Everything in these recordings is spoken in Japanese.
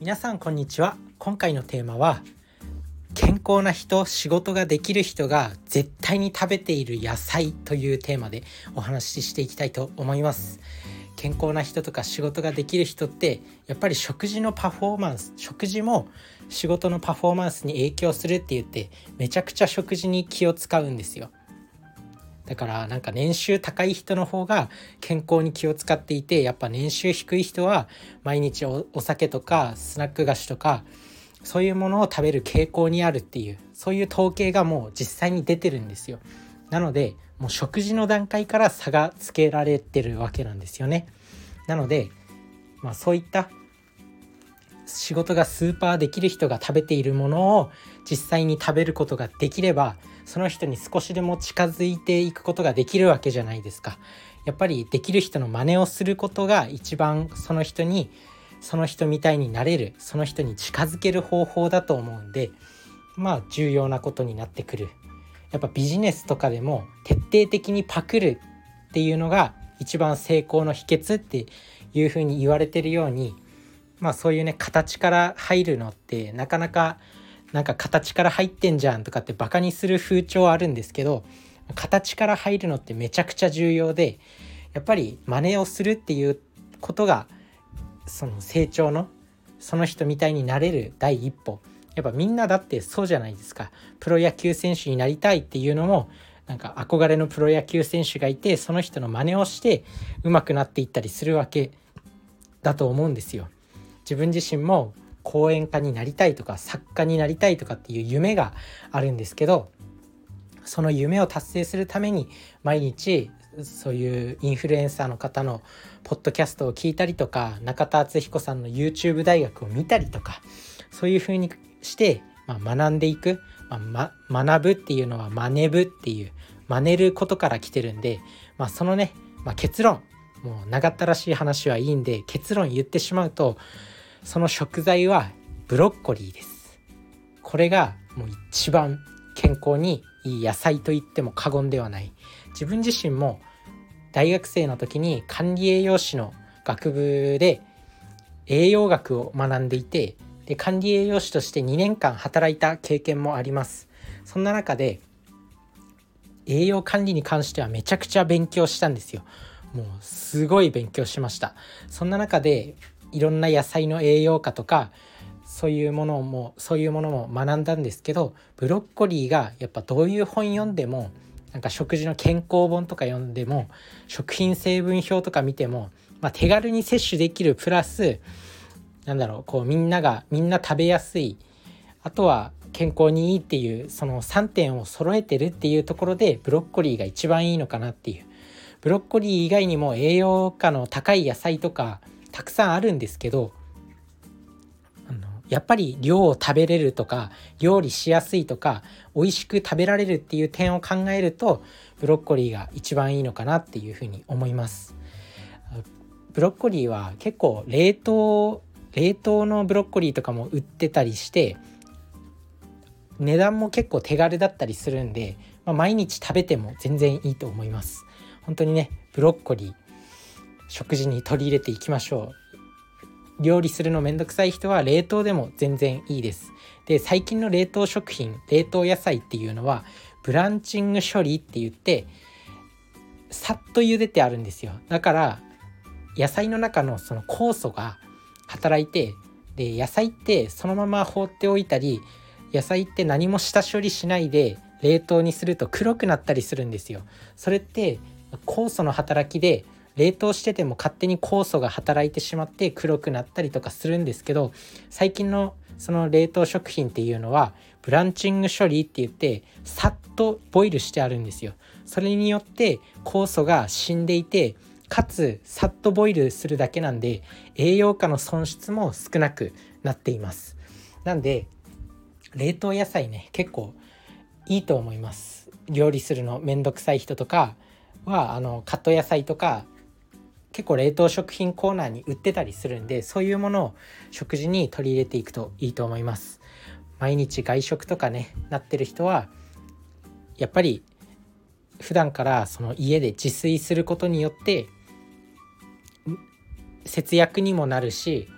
皆さんこんにちは。今回のテーマは健康な人、仕事ができる人が絶対に食べている野菜というテーマでお話ししていきたいと思います。健康な人とか仕事ができる人ってやっぱり食事のパフォーマンス、食事も仕事のパフォーマンスに影響するって言ってめちゃくちゃ食事に気を使うんですよ。だから年収高い人の方が健康に気を使っていて、やっぱ年収低い人は毎日お酒とかスナック菓子とかそういうものを食べる傾向にあるっていう、そういう統計がもう実際に出てるんですよ。なのでもう食事の段階から差がつけられてるわけなんですよね。なのでそういった仕事がスーパーできる人が食べているものを実際に食べることができれば、その人に少しでも近づいていくことができるわけじゃないですか。やっぱりできる人の真似をすることが一番その人みたいになれる、その人に近づける方法だと思うんで、重要なことになってくる。やっぱビジネスとかでも徹底的にパクるっていうのが一番成功の秘訣っていうふうに言われてるように、そういうね、形から入るのってなかなか形から入ってんじゃんとかってバカにする風潮あるんですけど、形から入るのってめちゃくちゃ重要で、やっぱり真似をするっていうことがその成長のその人みたいになれる第一歩。やっぱみんなだってそうじゃないですか。プロ野球選手になりたいっていうのも憧れのプロ野球選手がいて、その人の真似をして上手くなっていったりするわけだと思うんですよ。自分自身も講演家になりたいとか作家になりたいとかっていう夢があるんですけど、その夢を達成するために毎日そういうインフルエンサーの方のポッドキャストを聞いたりとか、中田敦彦さんの YouTube 大学を見たりとか、そういう風にして学んでいく、学ぶっていうのは真似ぶっていう真似ることから来てるんで、そのね、結論、もう長ったらしい話はいいんで結論言ってしまうと、その食材はブロッコリーです。これがもう一番健康にいい野菜と言っても過言ではない。自分自身も大学生の時に管理栄養士の学部で栄養学を学んでいて、で管理栄養士として2年間働いた経験もあります。そんな中で栄養管理に関してはめちゃくちゃ勉強したんですよ。もうすごい勉強しました。そんな中でいろんな野菜の栄養価とかそういうものも学んだんですけど、ブロッコリーがやっぱどういう本読んでも、食事の健康本とか読んでも、食品成分表とか見ても、手軽に摂取できるプラスみんな食べやすい、あとは健康にいいっていうその3点を揃えてるっていうところでブロッコリーが一番いいのかなっていう。ブロッコリー以外にも栄養価の高い野菜とかたくさんあるんですけど、やっぱり量を食べれるとか料理しやすいとか美味しく食べられるっていう点を考えると、ブロッコリーが一番いいのかなっていうふうに思います。ブロッコリーは結構冷凍のブロッコリーとかも売ってたりして、値段も結構手軽だったりするんで、毎日食べても全然いいと思います。本当にね、ブロッコリー食事に取り入れていきましょう。料理するのめんどくさい人は冷凍でも全然いいです。で、最近の冷凍食品、冷凍野菜っていうのはブランチング処理って言ってさっと茹でてあるんですよ。だから野菜の中のその酵素が働いて、で野菜ってそのまま放っておいたり、野菜って何も下処理しないで冷凍にすると黒くなったりするんですよ。それって酵素の働きで、冷凍してても勝手に酵素が働いてしまって黒くなったりとかするんですけど、最近のその冷凍食品っていうのはブランチング処理って言ってさっとボイルしてあるんですよ。それによって酵素が死んでいて、かつさっとボイルするだけなんで栄養価の損失も少なくなっています。なんで冷凍野菜ね、結構いいと思います。料理するのめんどくさい人とかはカット野菜とか結構冷凍食品コーナーに売ってたりするんで、そういうものを食事に取り入れていくといいと思います。毎日外食とかねなってる人はやっぱり普段からその家で自炊することによって節約にもなるし、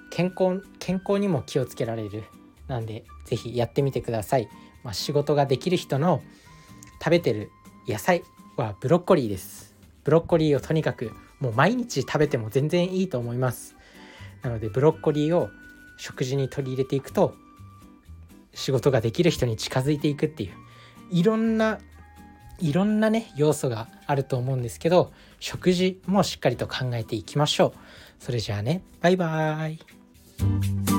健康にも気をつけられる。なんでぜひやってみてください。仕事ができる人の食べてる野菜はブロッコリーです。ブロッコリーをとにかくもう毎日食べても全然いいと思います。なのでブロッコリーを食事に取り入れていくと仕事ができる人に近づいていくっていういろんなね要素があると思うんですけど、食事もしっかりと考えていきましょう。それじゃあね、バイバーイ。